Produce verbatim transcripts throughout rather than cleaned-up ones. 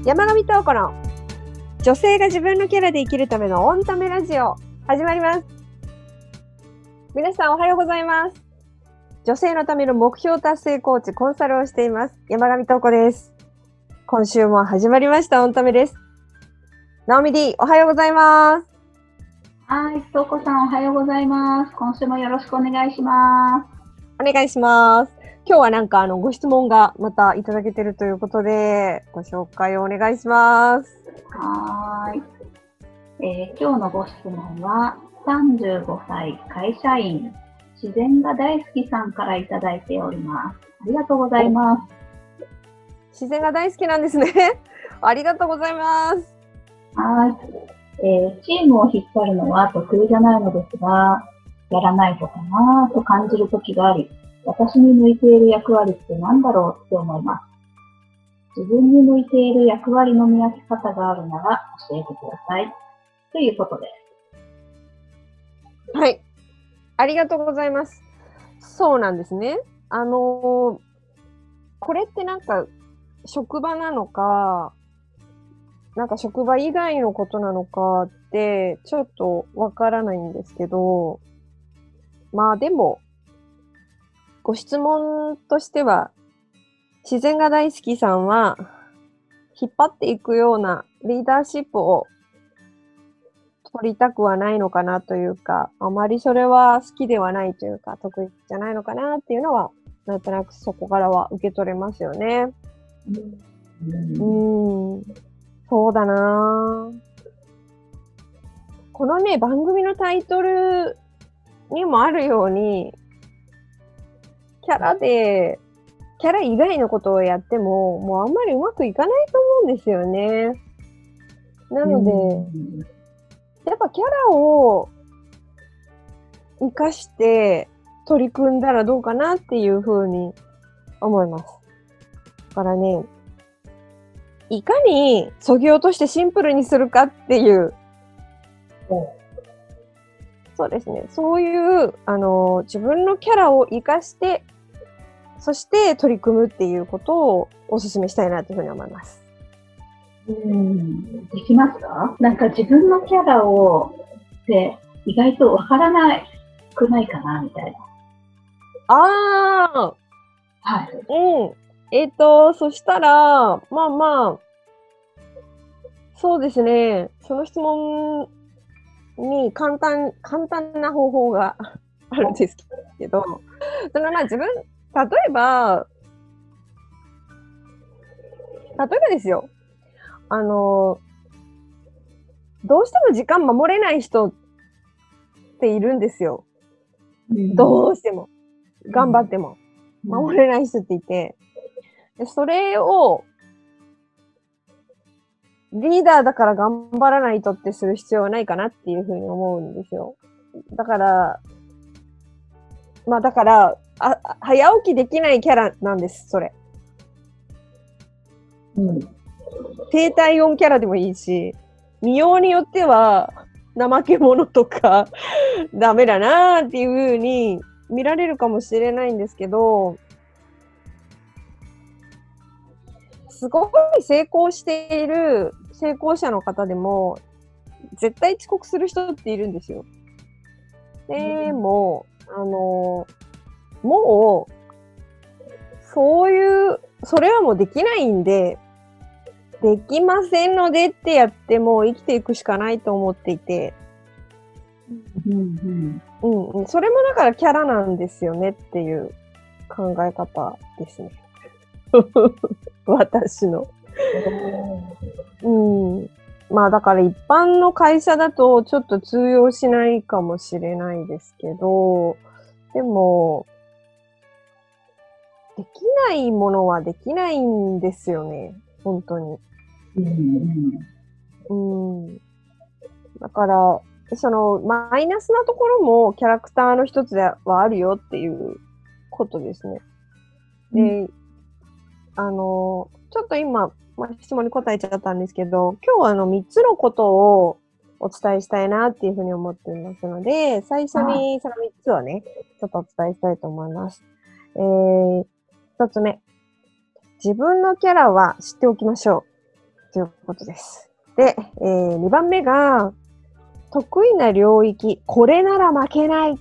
山上東子の女性が自分のキャラで生きるためのオンタメラジオ始まります。皆さんおはようございます。女性のための目標達成コーチコンサルをしています山上東子です。今週も始まりましたオンタメです。ナオミ D おはようございます。 はい、東子さんおはようございます。今週もよろしくお願いします。 お願いします。今日はなんかあのご質問がまたいただけているということでご紹介をお願いします。 はーい、えー、今日のご質問はさんじゅうごさい会社員自然が大好きさんからいただいております。ありがとうございます。 自然が大好きなんですね。ありがとうございます。 はい、えー、チームを引っ張るのは得意じゃないのですが、やらないとかなと感じる時があり、私に向いている役割って何だろうって思います。自分に向いている役割の見分け方があるなら教えてください。ということです。 はい。ありがとうございます。そうなんですね。あのー、これってなんか職場なのか、なんか職場以外のことなのかってちょっとわからないんですけど、まあでも、ご質問としては、自然が大好きさんは、引っ張っていくようなリーダーシップを取りたくはないのかなというか、あまりそれは好きではないというか、得意じゃないのかなっていうのは、なんとなくそこからは受け取れますよね。うん、うーん、そうだなぁ。このね、番組のタイトルにもあるように、キャラで、キャラ以外のことをやっても、もうあんまりうまくいかないと思うんですよね。なので、やっぱキャラを活かして取り組んだらどうかなっていうふうに思います。だからね、いかに削ぎ落としてシンプルにするかっていう、そうですね、そういう、あの、自分のキャラを活かして、そして取り組むっていうことをお勧めしたいなというふうに思います。 うーん、できますか？なんか自分のキャラをって意外とわからないくないかなみたいな。 ああ、 はい。 うん。えっと、そしたら、まあまあ、そうですね、その質問に簡単、簡単な方法があるんですけど、そのまあ自分、例えば、例えばですよ、あの、どうしても時間守れない人っているんですよ。うん、どうしても。頑張っても。守れない人っていて。でそれを、リーダーだから頑張らないとってする必要はないかなっていうふうに思うんですよ。だから、まあだから、あ、早起きできないキャラなんです、それ。うん。低体温キャラでもいいし、見ようによっては、怠け者とか、ダメだなーっていう風に見られるかもしれないんですけど、すごい成功している成功者の方でも、絶対遅刻する人っているんですよ。でも、あの、もう、そういう、それはもうできないんで、できませんのでってやっても生きていくしかないと思っていて、うんうんうん、それもだからキャラなんですよねっていう考え方ですね。私の。うん。まあだから一般の会社だとちょっと通用しないかもしれないですけど、でも、できないものはできないんですよね。本当に。うん。うん。だから、その、マイナスなところもキャラクターの一つではあるよっていうことですね。で、うん、あの、ちょっと今、まあ、質問に答えちゃったんですけど、今日はあのみっつのことをお伝えしたいなっていうふうに思っていますので、最初にそのみっつをね、ちょっとお伝えしたいと思います。えー、ひとつめ。自分のキャラは知っておきましょう。 ということです。で、えー、にばんめが、得意な領域、これなら負けない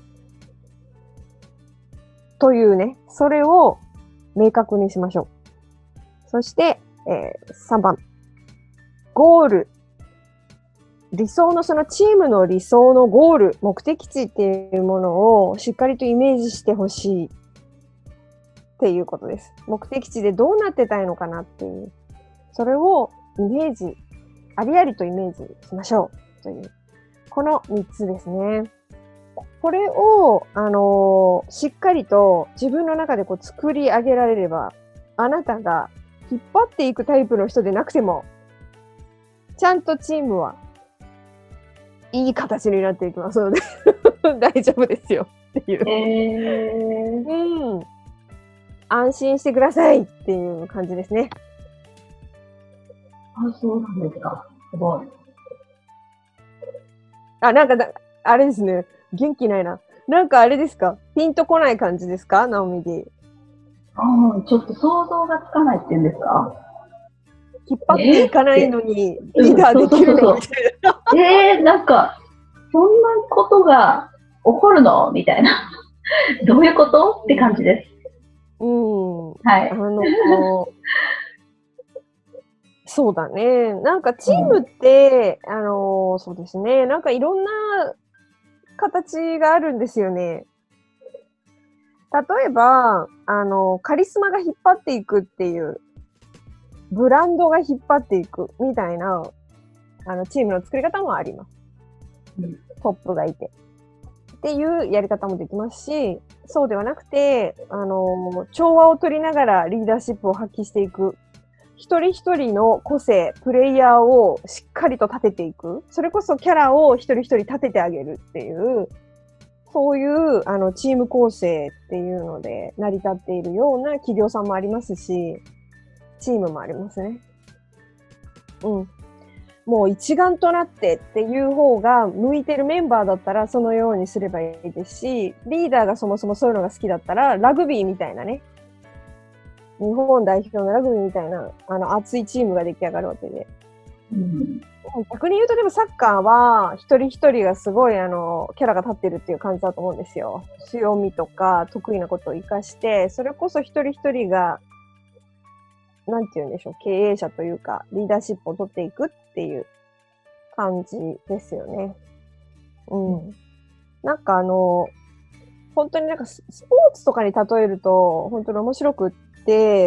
というね、それを明確にしましょう。そして、えー、さんばん、ゴール。理想のそのチームの理想のゴール、目的地っていうものをしっかりとイメージしてほしいっていうことです。目的地でどうなってたいのかなっていう。それをイメージ、ありありとイメージしましょうという。このみっつですね。これを、あのー、しっかりと自分の中でこう作り上げられれば、あなたが引っ張っていくタイプの人でなくても、ちゃんとチームはいい形になっていきますので大丈夫ですよっていう、 えーうん。安心してくださいっていう感じですね。 あ、そうなんですか。すごい。 あ、なんかだ、あれですね。元気ないな。なんかあれですか？ピンとこない感じですか？ナオミディ。 ああ、ちょっと想像がつかないっていうんですか。 引っ張っていかないのにリーダーできるのみたいな。 えー、なんか、そんなことが起こるのみたいな。どういうことって感じです。 うん。 はい。 あの、そうだね。なんかチームって、うん、あの、そうですね。なんかいろんな形があるんですよね。例えば、あの、カリスマが引っ張っていくっていう、ブランドが引っ張っていくみたいな、あの、チームの作り方もあります。うん、トップがいて。っていうやり方もできますし、そうではなくて、あの、調和を取りながらリーダーシップを発揮していく。一人一人の個性、プレイヤーをしっかりと立てていく。それこそキャラを一人一人立ててあげるっていう、そういうあのチーム構成っていうので成り立っているような企業さんもありますし、チームもありますね。うん。もう一丸となってっていう方が向いてるメンバーだったらそのようにすればいいですし、リーダーがそもそもそういうのが好きだったらラグビーみたいなね、日本代表のラグビーみたいなあの熱いチームが出来上がるわけで。うん、逆に言うとでもサッカーは一人一人がすごいあのキャラが立ってるっていう感じだと思うんですよ。強みとか得意なことを生かして、それこそ一人一人がなんて言うんでしょう、経営者というかリーダーシップを取っていくっていう感じですよね。うん。なんかあの本当になんかスポーツとかに例えると本当に面白くって、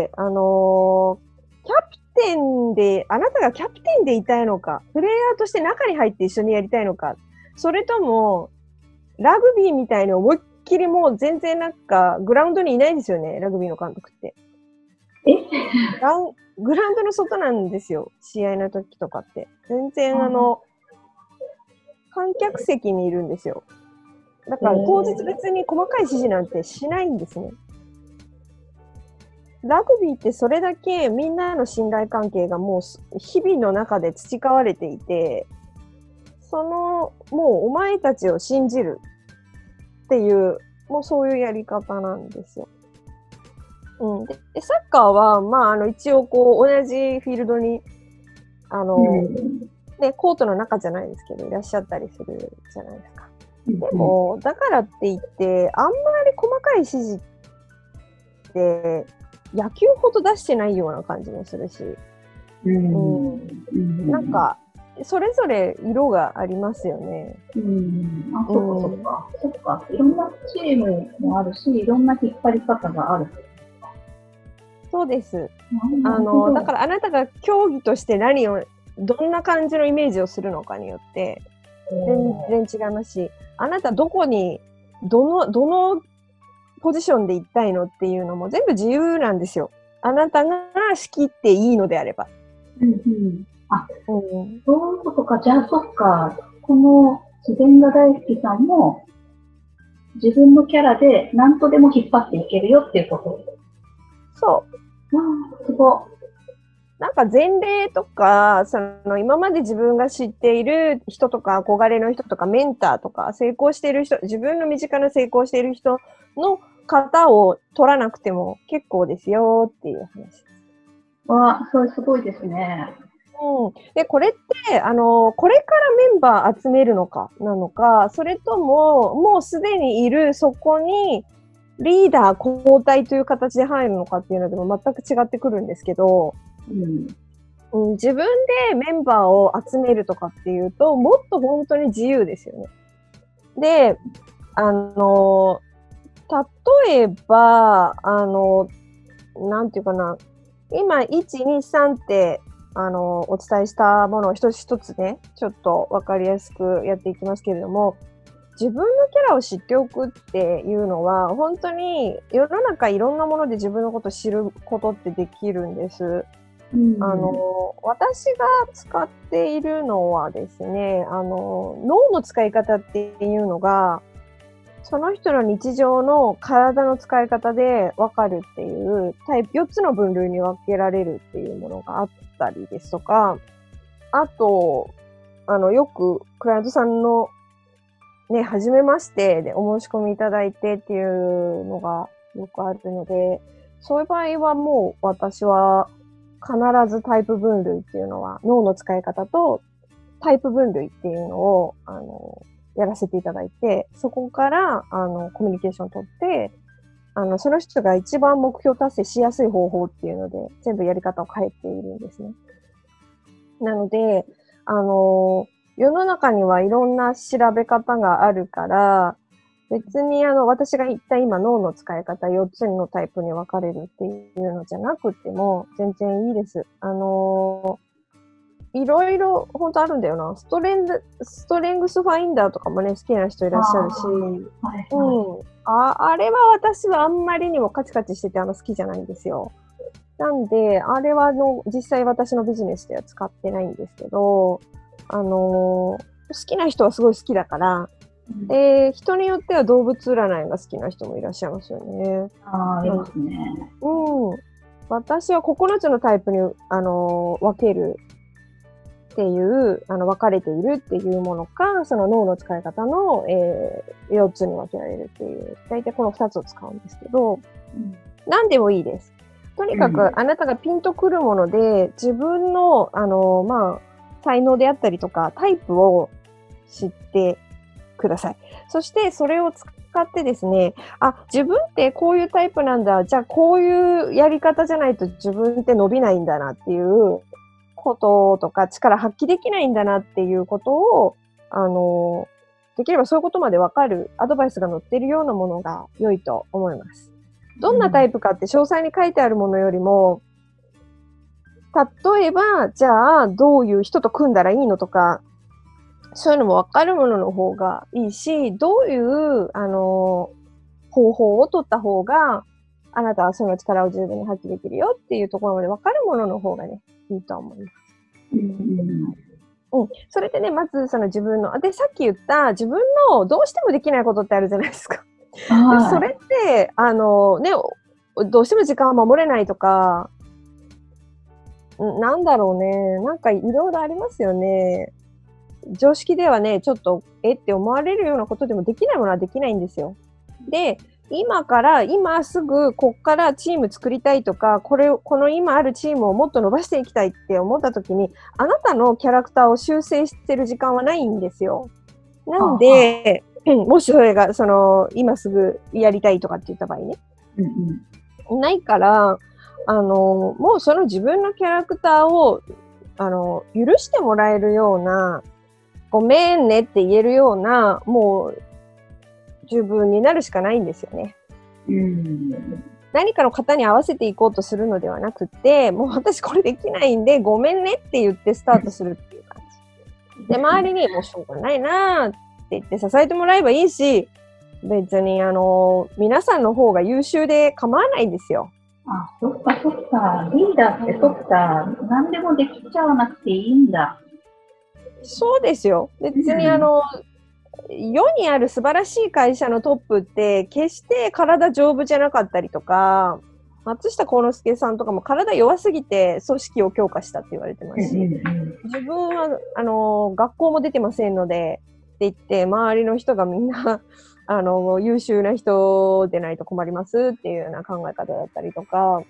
あのキャプテンで、あなたがキャプテンでいたいのか、プレイヤーとして中に入って一緒にやりたいのか、それとも、ラグビーみたいに思いっきりもう全然なんか、グラウンドにいないですよね、ラグビーの監督って。 えグラウンドの外なんですよ、試合の時とかって。全然あの、観客席にいるんですよ。だから当日別に細かい指示なんてしないんですね。ラグビーってそれだけみんなの信頼関係がもう日々の中で培われていて、そのもうお前たちを信じるっていう、もうそういうやり方なんですよ。うん、でサッカーは、まあ、あの一応こう同じフィールドにあの、うんね、コートの中じゃないですけどいらっしゃったりするじゃないですか。でもだからって言ってあんまり細かい指示って野球ほど出してないような感じもするし、うんうん、なんかそれぞれ色がありますよね。 うん、あ、そっかそっか、そっか、いろんなチームもあるし、いろんな引っ張り方がある。 そうです。あのだからあなたが競技として何をどんな感じのイメージをするのかによって全然違いますし、あなたどこにどのどのポジションで行きたいのっていうのも全部自由なんですよ。あなたが仕切っていいのであれば。 うんうん。あ、うん、そういうことか。じゃあそっか。この自然が大好きさんも自分のキャラで何とでも引っ張っていけるよっていうこと。 そう。 ああ、すごい。 なんか前例とか、その今まで自分が知っている人とか憧れの人とかメンターとか成功している人、自分の身近な成功している人の型を取らなくても結構ですよっていう話です。 わあ、それすごいですね。 うん、で、これって、あの、これからメンバー集めるのか、なのか、それとも、もうすでにいる、そこに、リーダー交代という形で入るのかっていうのでも全く違ってくるんですけど、 うんうん、自分でメンバーを集めるとかっていうと、もっと本当に自由ですよね。で、あの、例えば、あの、なんていうかな、今、いち、に、さんって、あの、お伝えしたものを一つ一つね、ちょっとわかりやすくやっていきますけれども、自分のキャラを知っておくっていうのは、本当に世の中いろんなもので自分のことを知ることってできるんです。 うん、 あの、私が使っているのはですね、あの、脳の使い方っていうのが、その人の日常の体の使い方で分かるっていうタイプ、よっつの分類に分けられるっていうものがあったりですとか、あと、あの、よくクライアントさんのね、はじめましてでお申し込みいただいてっていうのがよくあるので、そういう場合はもう私は必ずタイプ分類っていうのは脳の使い方とタイプ分類っていうのを、あの、やらせていただいて、そこから、あの、コミュニケーションを取って、あの、その人が一番目標達成しやすい方法っていうので、全部やり方を変えているんですね。なので、あの、世の中にはいろんな調べ方があるから、別にあの、私が言った今脳の使い方よっつのタイプに分かれるっていうのじゃなくても全然いいです。あの、いろいろ本当あるんだよな。ストレング、ストレングスファインダーとかもね、好きな人いらっしゃるし、 はいはい、 うん。あ、あれは私はあんまりにもカチカチしててあの好きじゃないんですよ。なんで、あれはあの、実際私のビジネスでは使ってないんですけど、あのー、好きな人はすごい好きだから、で、人によっては動物占いが好きな人もいらっしゃいますよね。 ああ、いますね。 うん。私はここのつのタイプに、あのー、分けるっていう、あの、分かれているっていうものか、その脳の使い方の、えー、よっつに分けられるっていう、大体このふたつを使うんですけど、うん、何でもいいです。とにかく、うん、あなたがピンとくるもので、自分の、あの、まあ、才能であったりとか、タイプを知ってください。そして、それを使ってですね、あ、自分ってこういうタイプなんだ。じゃあ、こういうやり方じゃないと自分って伸びないんだなっていうこととか、力発揮できないんだなっていうことを、あの、できればそういうことまでわかるアドバイスが載っているようなものが良いと思います。どんなタイプかって詳細に書いてあるものよりも、例えば、じゃあ、どういう人と組んだらいいのとか、そういうのも分かるものの方がいいし、どういう、あの、方法を取った方が、あなたはその力を十分に発揮できるよっていうところまで分かるものの方がね、いいと思います。うん。うん。それでね、まずその自分の、で、さっき言った自分のどうしてもできないことってあるじゃないですか。でそれって、あの、ね、どうしても時間を守れないとか、なんだろうね、なんかいろいろありますよね。常識ではね、ちょっと、えって思われるようなことでもできないものはできないんですよ。で、今から、今すぐ、こっからチーム作りたいとか、これを、この今あるチームをもっと伸ばしていきたいって思った時に、あなたのキャラクターを修正してる時間はないんですよ。なんで、もしそれが、その、今すぐやりたいとかって言った場合ね。うんうん、ないから、あの、もうその自分のキャラクターを、あの、許してもらえるような、ごめんねって言えるような、もう、十分になるしかないんですよね。うん、何かの型に合わせていこうとするのではなくて、もう私これできないんで、ごめんねって言ってスタートするっていう感じ。で、周りにもうしょうがないなーって言って支えてもらえばいいし、別にあの、皆さんの方が優秀で構わないんですよ。 あ、そっかそっか。リーダーってそっか。何でもできちゃわなくていいんだ。 そうですよ。別にあの、うん、世にある素晴らしい会社のトップって決して体丈夫じゃなかったりとか、松下幸之助さんとかも体弱すぎて組織を強化したって言われてますし、自分はあの学校も出てませんのでって言って周りの人がみんなあの優秀な人でないと困りますっていうような考え方だったりとか、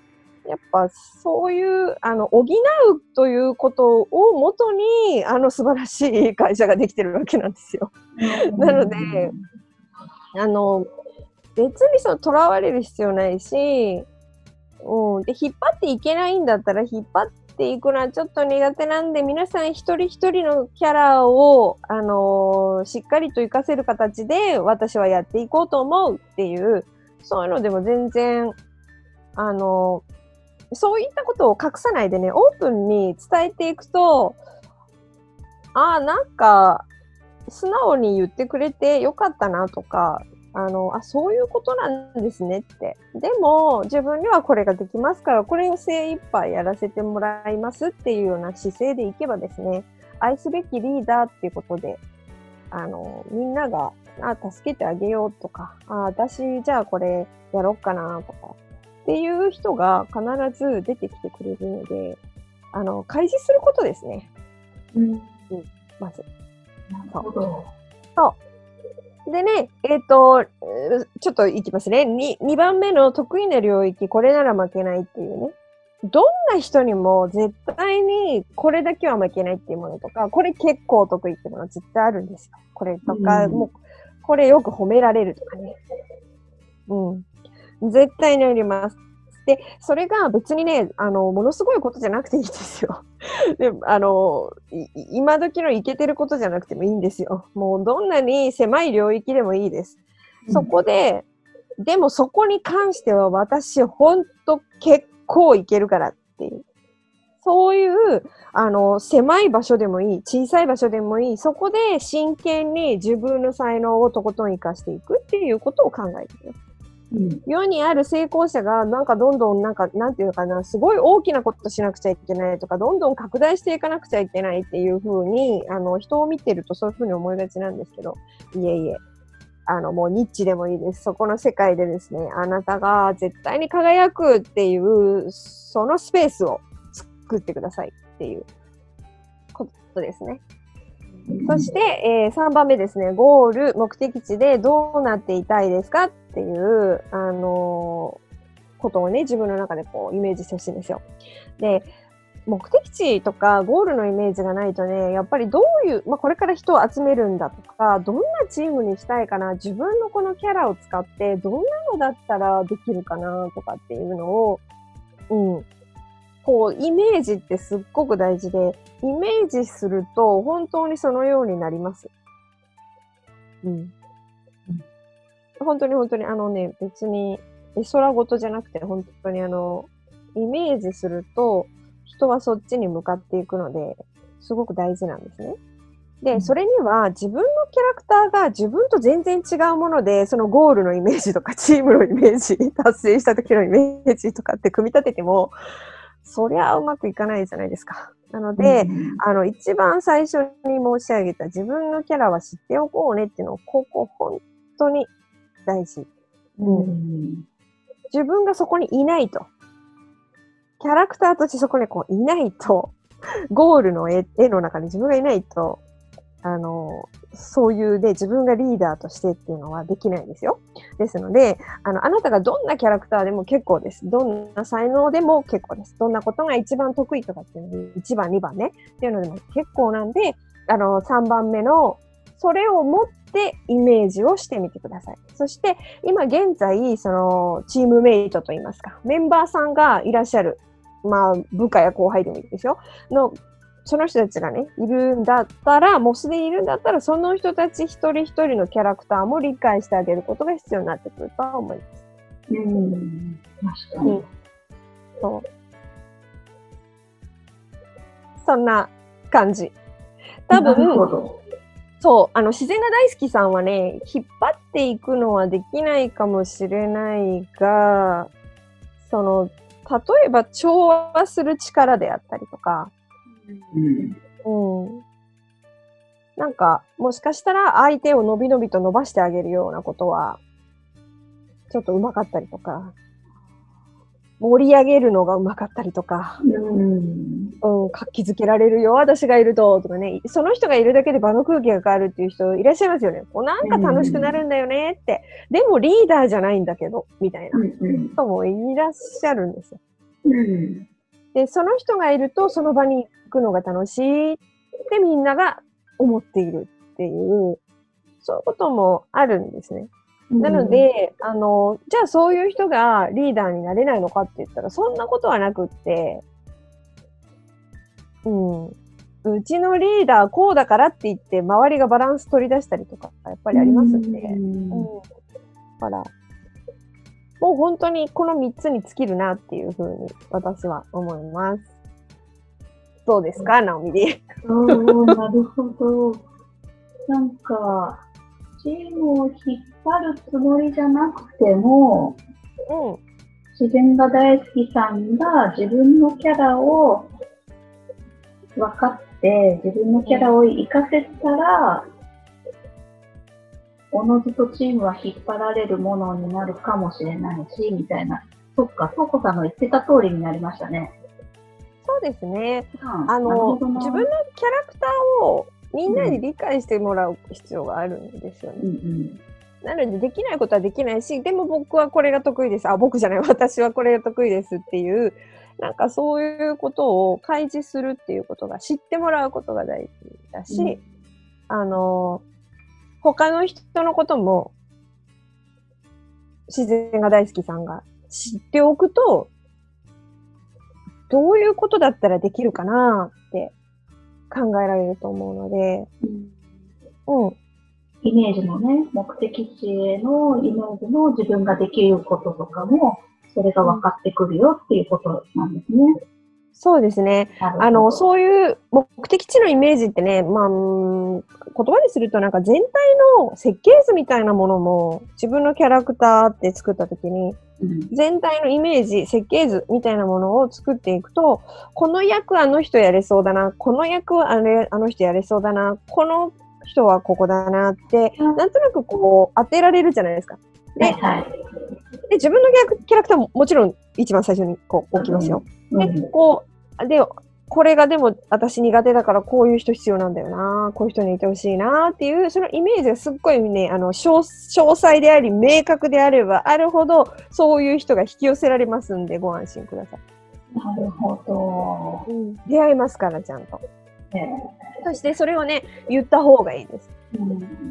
やっぱそういう、あの、補うということをもとに、あの素晴らしい会社ができてるわけなんですよ。なので、あの、別にその囚われる必要ないし、うん、で、引っ張っていけないんだったら、引っ張っていくのはちょっと苦手なんで、皆さん一人一人のキャラを、あのーしっかりと活かせる形で、私はやっていこうと思うっていう、そういうのでも全然、あのーそういったことを隠さないでね、オープンに伝えていくと、ああ、なんか、素直に言ってくれてよかったなとか、あの、あ、そういうことなんですねって。でも、自分にはこれができますから、これを精一杯やらせてもらいますっていうような姿勢でいけばですね、愛すべきリーダーっていうことで、あの、みんなが、あ、助けてあげようとか、あ、私、じゃあこれやろうかなとか、っていう人が必ず出てきてくれるので、あの、開示することですね。 うん。 うん、まず。 なるほど。 そう。でね、えっと、ちょっといきますね。に、にばんめの得意な領域、これなら負けないっていうね。どんな人にも絶対にこれだけは負けないっていうものとか、これ結構得意っていうものは絶対あるんですよ。これとか、 うん、 もう、これよく褒められるとかね。うん。絶対にあります。で、それが別にね、あの、ものすごいことじゃなくていいですよ。で、あの、今時のイケてることじゃなくてもいいんですよ。もうどんなに狭い領域でもいいです。そこで、うん、でもそこに関しては私ほんと結構いけるからっていう。そういう、あの、狭い場所でもいい、小さい場所でもいい、そこで真剣に自分の才能をとことん活かしていくっていうことを考えてる。うん、世にある成功者がなんかどんどんなんかなんていうかな、すごい大きなことしなくちゃいけないとか、どんどん拡大していかなくちゃいけないっていう風に、あの人を見てるとそういう風に思いがちなんですけど、いえいえ、あのもうニッチでもいいです。そこの世界でですね、あなたが絶対に輝くっていうそのスペースを作ってくださいっていうことですね。そして、えー、さんばんめですね。ゴール、目的地でどうなっていたいですかっていう、あのー、ことをね、自分の中でこう、イメージしてほしいんですよ。で、目的地とかゴールのイメージがないとね、やっぱりどういう、まあ、これから人を集めるんだとか、どんなチームにしたいかな、自分のこのキャラを使って、どんなのだったらできるかなとかっていうのを、うん。こう、イメージってすっごく大事で、イメージすると本当にそのようになります。うん。うん、本当に本当にあのね、別に絵空事じゃなくて本当にあの、イメージすると人はそっちに向かっていくので、すごく大事なんですね。で、それには自分のキャラクターが自分と全然違うもので、そのゴールのイメージとかチームのイメージ、達成した時のイメージとかって組み立てても、そりゃうまくいかないじゃないですか。なので、うん、あの、一番最初に申し上げた自分のキャラは知っておこうねっていうのを、ここ本当に大事。うん、自分がそこにいないと。キャラクターとしてそこにこういないと、ゴールの絵、絵の中に自分がいないと、あの、そういうで、自分がリーダーとしてっていうのはできないんですよ。ですので、あの、あなたがどんなキャラクターでも結構です。どんな才能でも結構です。どんなことが一番得意とかっていうので、いちばん、にばんね、っていうのでも結構なんで、あの、さんばんめの、それを持ってイメージをしてみてください。そして、今現在、その、チームメイトといいますか、メンバーさんがいらっしゃる。まあ、部下や後輩でもいいですよ。の、その人たちがね、いるんだったら、もうすでにいるんだったら、その人たち一人一人のキャラクターも理解してあげることが必要になってくると思います。 うん、確かに。うん、 そう。そんな感じ。多分、そう、あの、自然が大好きさんはね、引っ張っていくのはできないかもしれないが、その、例えば調和する力であったりとか、うん、うん、なんか、もしかしたら相手をのびのびと伸ばしてあげるようなことは、ちょっと上手かったりとか、盛り上げるのが上手かったりとか、うん、うん、活気づけられるよ、私がいると、とかね、その人がいるだけで場の空気が変わるっていう人いらっしゃいますよね。こうなんか楽しくなるんだよねって。でもリーダーじゃないんだけど、みたいな人もいらっしゃるんですよ。 うん。 で、その人がいるとその場に行くのが楽しいってみんなが思っているっていう、そういうこともあるんですね。なので、あの、じゃあそういう人がリーダーになれないのかって言ったら、そんなことはなくって、うん。うちのリーダーこうだからって言って、周りがバランス取り出したりとか、やっぱりありますんで。うん。だから、もう本当にこのみっつに尽きるなっていうふうに私は思います。どうですか、ナオミディ。 そう、なるほど。なんか、チームを引っ張るつもりじゃなくても、 うん、 自然が大好きさんが自分のキャラを分かって、自分のキャラを活かせたら、おのずとチームは引っ張られるものになるかもしれないし、みたいな。そっか、トウコさんの言ってた通りになりましたね。 そうですね。 うん、 あの、自分のキャラクターをみんなに理解してもらう必要があるんですよね。うんうん、なので、できないことはできないし、でも僕はこれが得意です。あ、僕じゃない、私はこれが得意ですっていう、なんかそういうことを開示するっていうことが、知ってもらうことが大事だし、うん、あの、他の人のことも、自然が大好きさんが知っておくと、どういうことだったらできるかなって考えられると思うので、うん。うん、 イメージのね、目的地へのイメージの自分ができることとかも、それが分かってくるよっていうことなんですね。 そうですね。あの、そういう目的地のイメージってね、まあ、言葉にするとなんか全体の設計図みたいなものも自分のキャラクターって作った時に、うん、全体のイメージ、設計図みたいなものを作っていくと、この役あの人やれそうだな、この役はあれ、あの人やれそうだな、この人はここだなって、なんとなくこう当てられるじゃないですか。で、はい、で自分のキャラクターももちろん一番最初にこう置きますよ。うん、で、こう、で、これがでも私苦手だからこういう人必要なんだよな、こういう人にいてほしいなっていう、そのイメージがすっごいね、あの、詳細であり、明確であればあるほど、そういう人が引き寄せられますんで、ご安心ください。 なるほど。 うん、出会いますから、ちゃんと。えー、そしてそれをね、言った方がいいです。うん、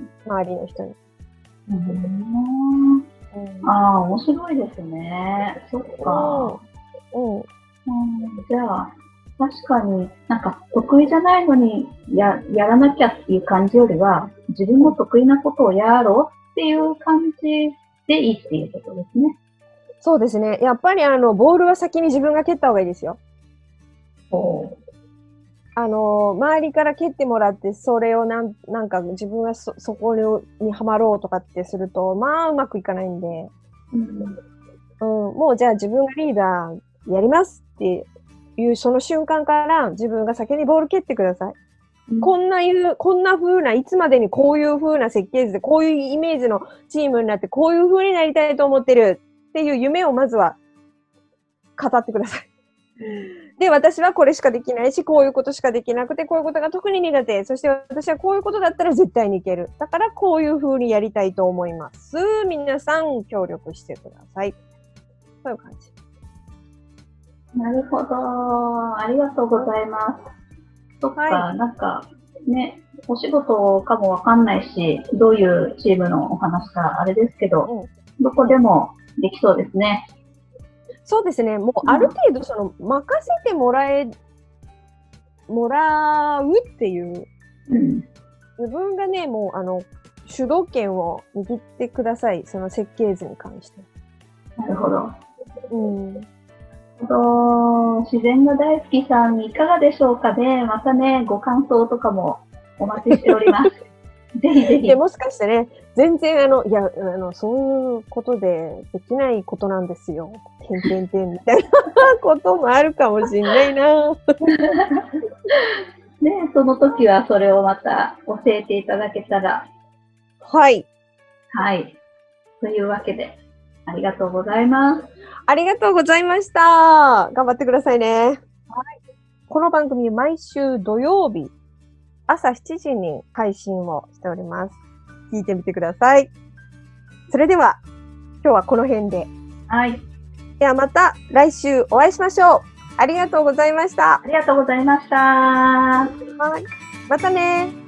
周りの人に。 うんうん、ああ、面白いですね。そっか。うんうん、じゃあ、確かになんか得意じゃないのに や, やらなきゃっていう感じよりは、自分の得意なことをやろうっていう感じでいいっていうことですね。 そうですね。やっぱりあの、ボールは先に自分が蹴った方がいいですよ。あの、周りから蹴ってもらって、それをなん、なんか自分は そ, そこにはまろうとかってすると、まあうまくいかないんで、うんうん、もうじゃあ自分がリーダーやりますっていうその瞬間から自分が先にボール蹴ってください。うん、こんないう、こんな風な、いつまでにこういう風な設計図で、こういうイメージのチームになって、こういう風になりたいと思ってるっていう夢をまずは語ってください。で、私はこれしかできないし、こういうことしかできなくて、こういうことが特に苦手。そして私はこういうことだったら絶対にいける。だからこういう風にやりたいと思います。皆さん協力してください。そういう感じ。 なるほど。ありがとうございます。そっか、はい、なんかね、お仕事かもわかんないし、どういうチームのお話かあれですけど、うん、どこでもできそうですね。 そうですね。もうある程度その任せてもらえ、もらうっていう、うん、自分がね、もうあの、主導権を握ってください。その設計図に関して。 なるほど。 うん。 自然が大好きさんいかがでしょうかね。またね、ご感想とかもお待ちしております。ぜひぜひ。 でもしかしてね、全然あの、いや、あの、そういうことでできないことなんですよ。てんてんてんみたいなこともあるかもしれないな。 ね、その時はそれをまた教えていただけたら。 はい。 はい。というわけで、ありがとうございます。 ありがとうございました。頑張ってくださいね。はい。この番組、毎週土曜日、朝しちじに配信をしております。聞いてみてください。それでは、今日はこの辺で。 はい。 ではまた来週お会いしましょう。ありがとうございました。 ありがとうございました。 はい。またね。